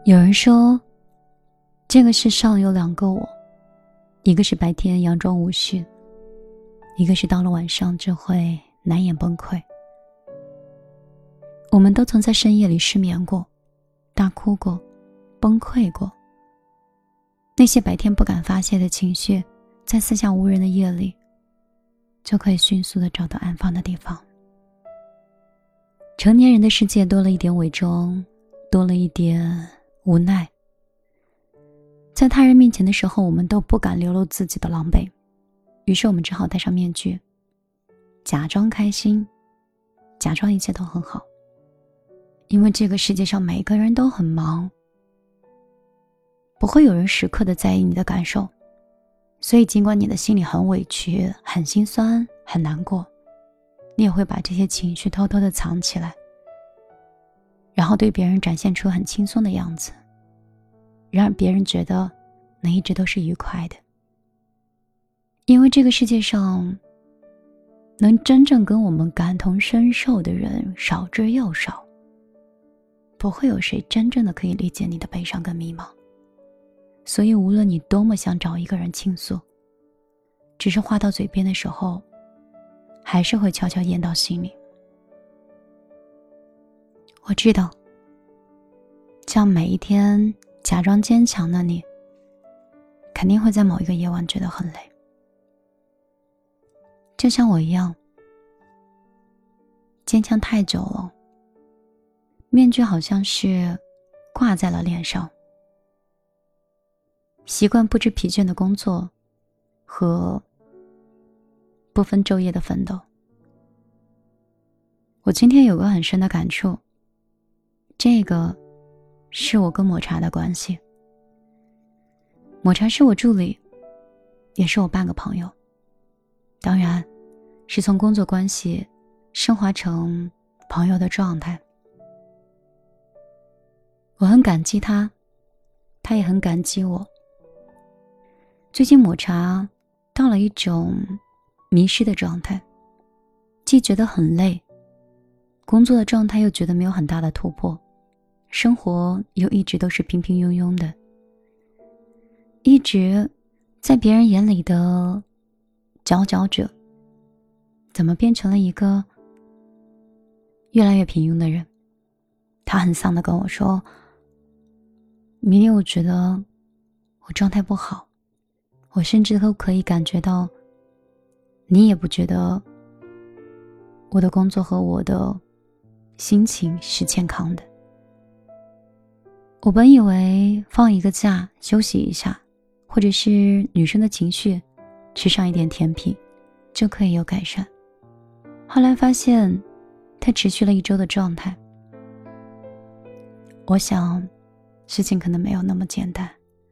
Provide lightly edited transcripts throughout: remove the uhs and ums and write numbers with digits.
有人说，这个世上有两个我，一个是白天佯装无序，一个是到了晚上就会难掩崩溃。我们都曾在深夜里失眠过，大哭过，崩溃过。那些白天不敢发泄的情绪，在四下无人的夜里，就可以迅速地找到安放的地方。成年人的世界多了一点伪装，多了一点无奈。在他人面前的时候，我们都不敢流露自己的狼狈，于是我们只好戴上面具，假装开心，假装一切都很好。因为这个世界上每个人都很忙，不会有人时刻的在意你的感受，所以尽管你的心里很委屈，很心酸，很难过，你也会把这些情绪偷偷的藏起来，然后对别人展现出很轻松的样子，让别人觉得你一直都是愉快的。因为这个世界上能真正跟我们感同身受的人少之又少，不会有谁真正的可以理解你的悲伤跟迷茫。所以无论你多么想找一个人倾诉，只是话到嘴边的时候，还是会悄悄咽到心里。我知道，像每一天假装坚强的你，肯定会在某一个夜晚觉得很累。就像我一样，坚强太久了，面具好像是挂在了脸上，习惯不知疲倦的工作和不分昼夜的奋斗。我今天有个很深的感触，这个是我跟抹茶的关系。抹茶是我助理，也是我半个朋友，当然是从工作关系升华成朋友的状态。我很感激他，他也很感激我。最近抹茶到了一种迷失的状态，既觉得很累，工作的状态又觉得没有很大的突破，生活又一直都是平平庸庸的，一直在别人眼里的佼佼者，怎么变成了一个越来越平庸的人。他很丧地跟我说，明明我觉得我状态不好，我甚至都可以感觉到你也不觉得我的工作和我的心情是健康的。我本以为放一个假休息一下，或者是女生的情绪吃上一点甜品就可以有改善，后来发现它持续了1周的状态。我想事情可能没有那么简单。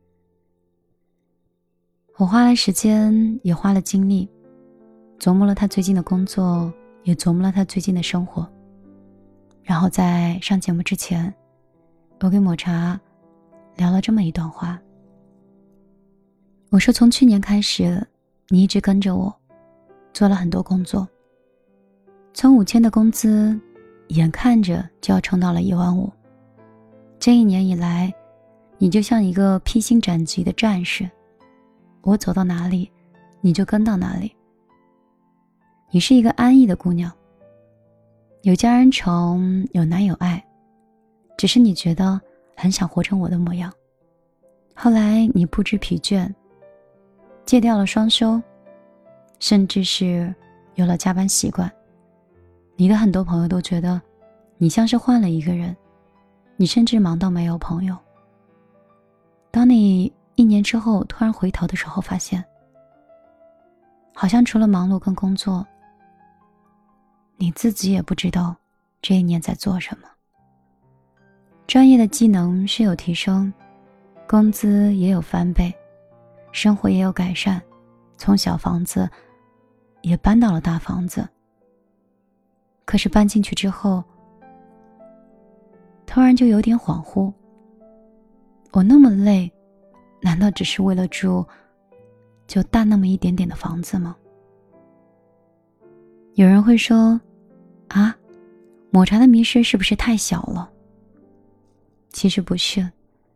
我花了时间也花了精力，琢磨了他最近的工作，也琢磨了他最近的生活。然后在上节目之前，我跟抹茶聊了这么一段话。我说，从去年开始，你一直跟着我，做了很多工作，从5000的工资眼看着就要冲到了15000。这1年以来，你就像一个披荆斩棘的战士，我走到哪里你就跟到哪里。你是一个安逸的姑娘，有家人宠，有男有爱，只是你觉得很想活成我的模样。后来你不知疲倦，戒掉了双休，甚至是有了加班习惯。你的很多朋友都觉得你像是换了一个人，你甚至忙到没有朋友。当你1年之后突然回头的时候，发现好像除了忙碌跟工作，你自己也不知道这1年在做什么。专业的技能是有提升，工资也有翻倍，生活也有改善，从小房子也搬到了大房子。可是搬进去之后，突然就有点恍惚，我那么累，难道只是为了住就大那么一点点的房子吗？有人会说，抹茶的迷失是不是太小了？其实不是，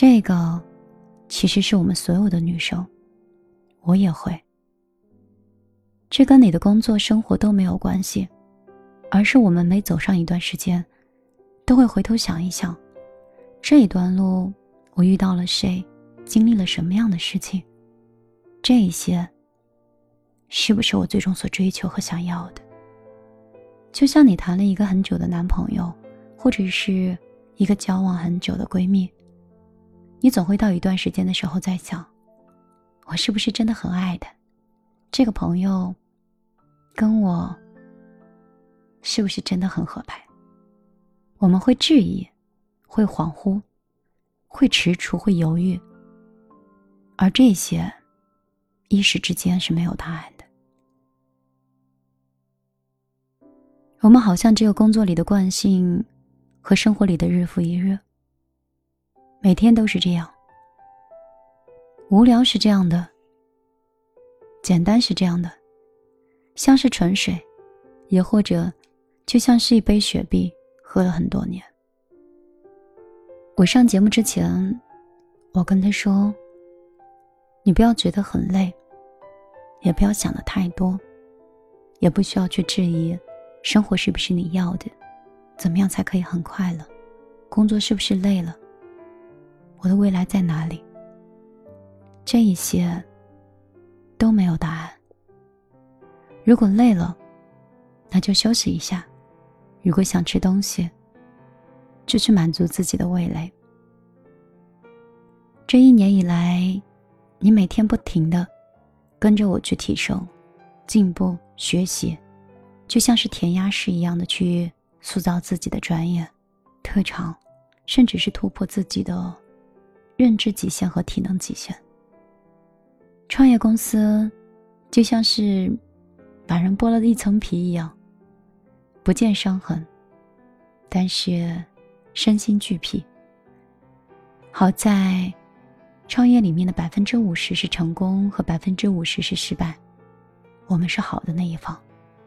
这个其实是我们所有的女生，我也会。这跟你的工作生活都没有关系，而是我们每走上一段时间，都会回头想一想，这一段路我遇到了谁，经历了什么样的事情，这一些是不是我最终所追求和想要的。就像你谈了一个很久的男朋友，或者是一个交往很久的闺蜜，你总会到一段时间的时候在想，我是不是真的很爱他，这个朋友跟我是不是真的很合拍。我们会质疑，会恍惚，会踟蹰，会犹豫，而这些一时之间是没有答案的。我们好像只有工作里的惯性和生活里的日复一日，每天都是这样，无聊是这样的，简单是这样的，像是纯水，也或者就像是一杯雪碧，喝了很多年。我上节目之前，我跟他说，你不要觉得很累，也不要想得太多，也不需要去质疑生活是不是你要的，怎么样才可以很快乐，工作是不是累了，我的未来在哪里，这一些都没有答案。如果累了，那就休息一下，如果想吃东西，就去满足自己的味蕾。这一年以来，你每天不停地跟着我去提升、进步、学习，就像是填鸭式一样的去塑造自己的专业、特长，甚至是突破自己的认知极限和体能极限。创业公司就像是把人剥了一层皮一样，不见伤痕，但是身心俱疲。好在创业里面的50%是成功和50%是失败，我们是好的那一方。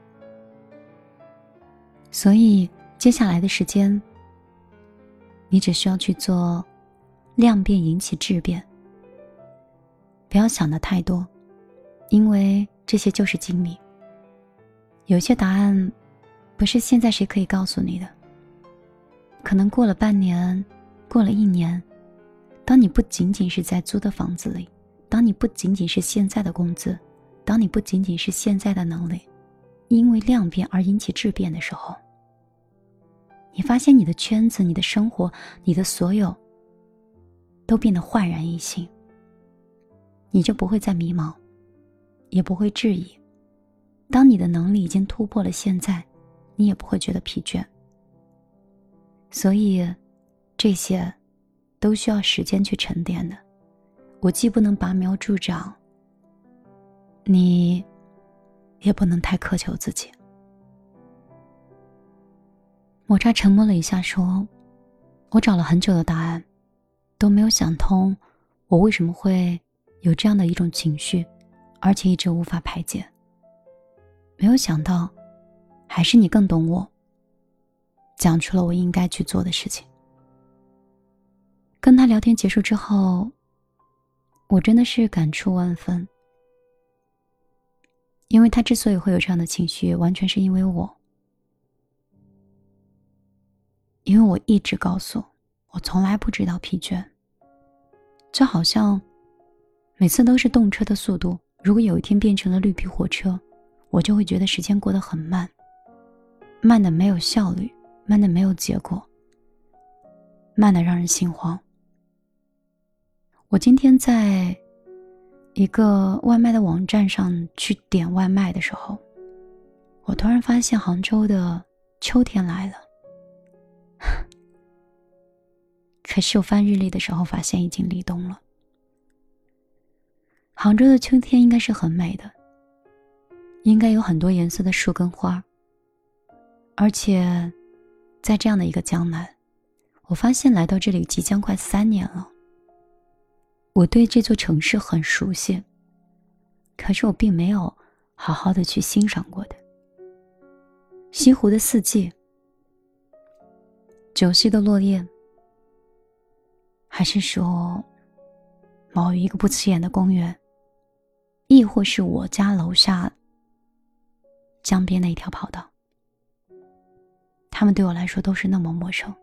所以接下来的时间，你只需要去做量变引起质变，不要想得太多，因为这些就是经历。有些答案不是现在谁可以告诉你的，可能过了半年，过了1年，当你不仅仅是在租的房子里，当你不仅仅是现在的工资，当你不仅仅是现在的能力，因为量变而引起质变的时候，你发现你的圈子、你的生活、你的所有都变得焕然一新，你就不会再迷茫，也不会质疑。当你的能力已经突破了现在，你也不会觉得疲倦。所以这些都需要时间去沉淀的。我既不能拔苗助长，你也不能太苛求自己。抹茶沉默了一下说，我找了很久的答案，都没有想通我为什么会有这样的一种情绪，而且一直无法排解。没有想到还是你更懂我，讲出了我应该去做的事情。跟他聊天结束之后，我真的是感触万分，因为他之所以会有这样的情绪，完全是因为我。因为我一直告诉我从来不知道疲倦，就好像每次都是动车的速度，如果有一天变成了绿皮火车，我就会觉得时间过得很慢，慢的没有效率，慢的没有结果，慢的让人心慌。我今天在一个外卖的网站上去点外卖的时候，我突然发现杭州的秋天来了。可是我翻日历的时候发现已经立冬了。杭州的秋天应该是很美的，应该有很多颜色的树跟花，而且在这样的一个江南，我发现来到这里即将快3年了。我对这座城市很熟悉，可是我并没有好好的去欣赏过的。西湖的四季，九溪的落叶， 还是说某一个不起眼的公园，亦或是我家楼下江边的一条跑道，他们对我来说都是那么陌生。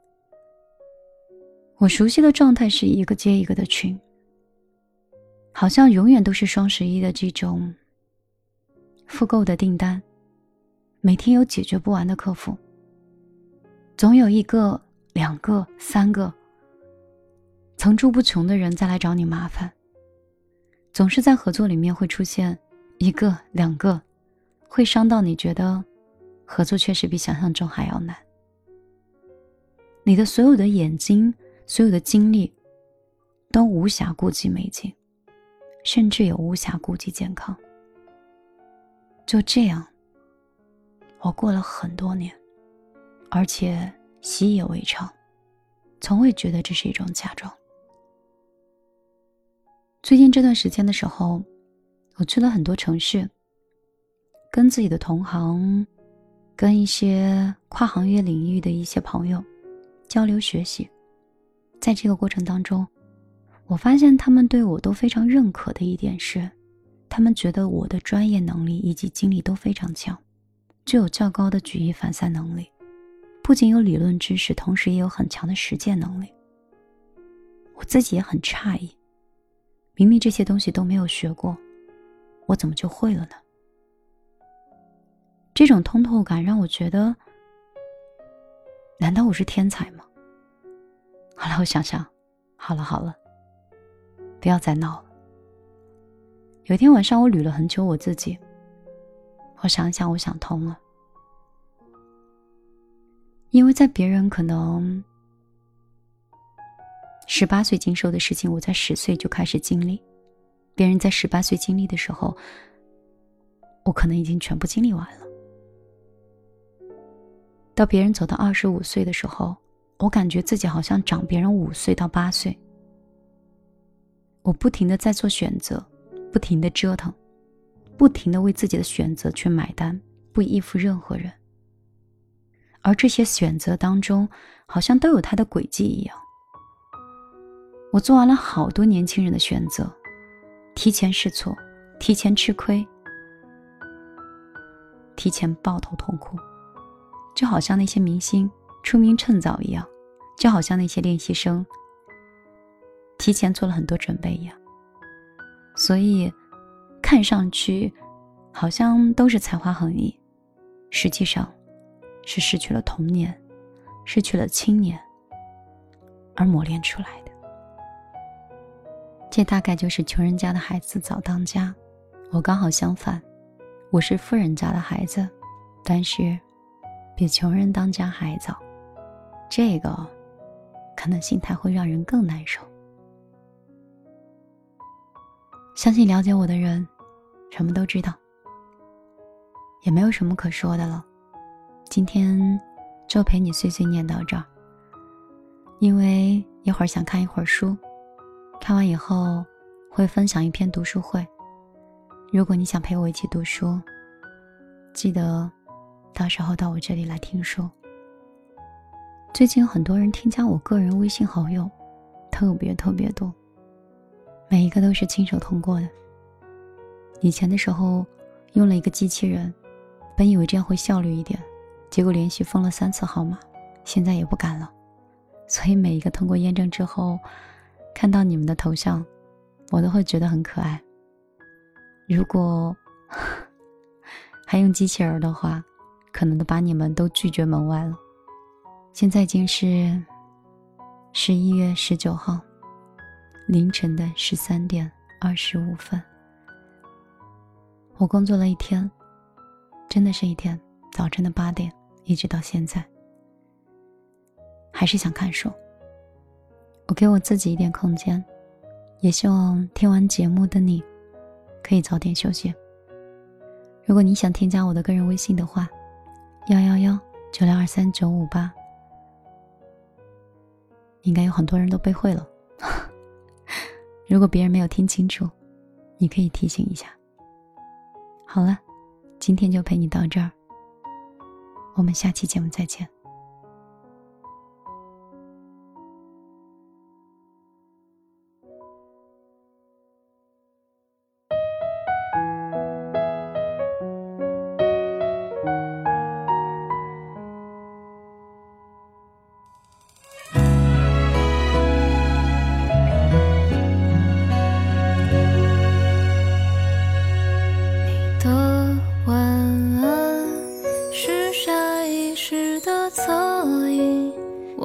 我熟悉的状态是一个接一个的群，好像永远都是双11的这种复购的订单，每天有解决不完的客服，总有1个、2个、3个层出不穷的人再来找你麻烦，总是在合作里面会出现1个、2个，会伤到你觉得合作确实比想象中还要难。你的所有的眼睛，所有的精力都无暇顾及美景，甚至也无暇顾及健康。就这样，我过了很多年，而且习以为常，从未觉得这是一种假装。最近这段时间的时候，我去了很多城市，跟自己的同行，跟一些跨行业领域的一些朋友交流学习。在这个过程当中，我发现他们对我都非常认可的一点是，他们觉得我的专业能力以及经历都非常强，具有较高的举一反三能力，不仅有理论知识，同时也有很强的实践能力。我自己也很诧异，明明这些东西都没有学过，我怎么就会了呢？这种通透感让我觉得，难道我是天才吗？后来我想想，好了，不要再闹了。有一天晚上我捋了很久我自己，我想一想，我想通了。因为在别人可能18岁经受的事情，我在10岁就开始经历，别人在18岁经历的时候，我可能已经全部经历完了。到别人走到25岁的时候，我感觉自己好像长别人5岁到8岁。我不停地在做选择，不停地折腾，不停地为自己的选择去买单，不依附任何人。而这些选择当中，好像都有它的轨迹一样。我做完了好多年轻人的选择，提前试错，提前吃亏，提前抱头痛哭，就好像那些明星出名趁早一样，就好像那些练习生提前做了很多准备一样。所以看上去好像都是才华横溢，实际上是失去了童年，失去了青年而磨练出来的。这大概就是穷人家的孩子早当家，我刚好相反，我是富人家的孩子，但是比穷人当家还早，这个可能心态会让人更难受。相信了解我的人什么都知道，也没有什么可说的了。今天就陪你碎碎念到这儿，因为一会儿想看一会儿书，看完以后会分享一篇读书会。如果你想陪我一起读书，记得到时候到我这里来听书。最近有很多人添加我个人微信好友，特别多，每一个都是亲手通过的。以前的时候用了一个机器人，本以为这样会效率一点，结果连续封了3次号码，现在也不敢了。所以每一个通过验证之后看到你们的头像，我都会觉得很可爱。如果还用机器人的话，可能都把你们都拒绝门外了。现在已经是11月19号凌晨的13点25分。我工作了一天，真的是一天，早晨的8点一直到现在，还是想看书。我给我自己一点空间，也希望听完节目的你可以早点休息。如果你想添加我的个人微信的话，111-9623-958，应该有很多人都背会了。如果别人没有听清楚，你可以提醒一下。好了，今天就陪你到这儿，我们下期节目再见。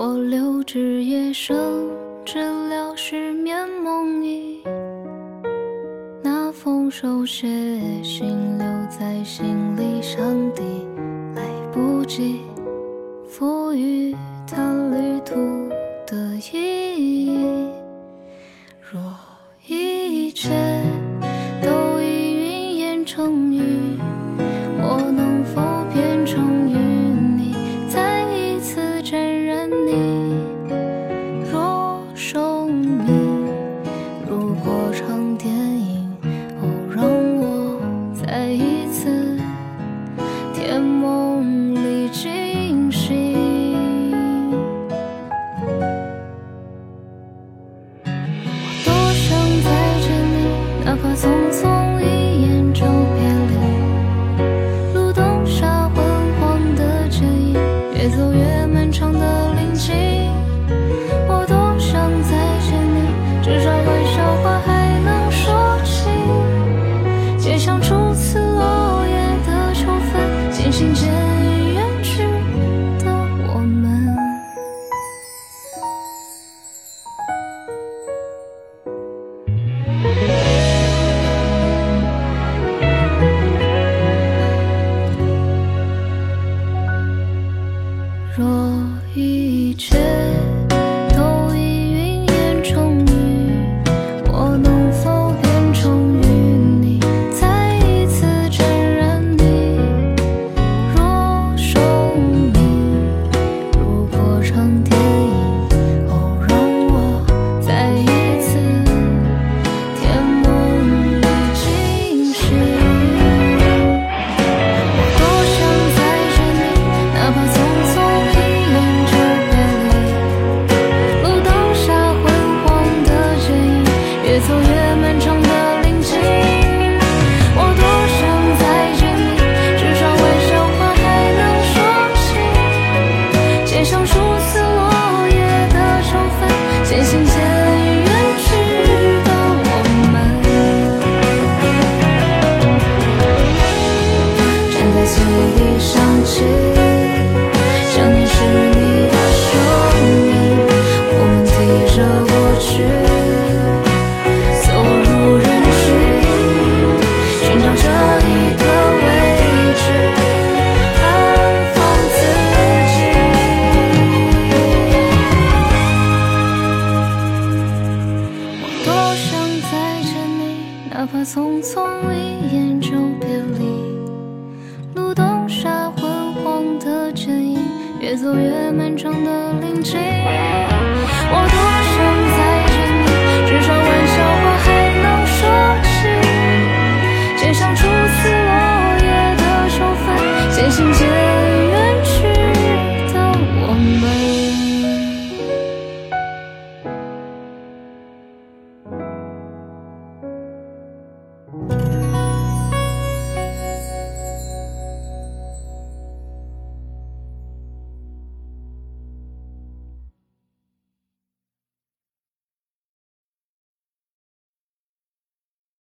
我留至夜深，治疗失眠梦呓。那封手写信留在心里，上帝来不及赋予它旅途的意义。若一切都已云烟成雨，我能否变成与你再一次沾染你若生命？如果场电影，让我再一次甜梦里惊醒。我多想再见你，哪怕匆匆一眼就别离。路灯下昏黄的剪影，越走越漫长的林径。我多想再见你，至少玩笑话还能说起。街上初次落叶的秋分，渐行渐远去的我们。若一切都已云烟成雨，我能否变成与你再一次沾染你若生命？如果场电影，让我再一次甜梦里惊醒。我多想再见你，哪怕匆匆一眼就别离。路灯下昏黄的剪影，越走越漫长的林径。我多想再见你，至少玩笑话还能说起。街上初次落叶的秋分，渐行渐远去的我们。站在汽笛响起，想念是你的声音。我们提着过去，走入人群，寻找着一个位置，安放自己。我多想再见你，哪怕匆匆一眼就别离。路灯下昏黄的剪影，越走越漫长的林径。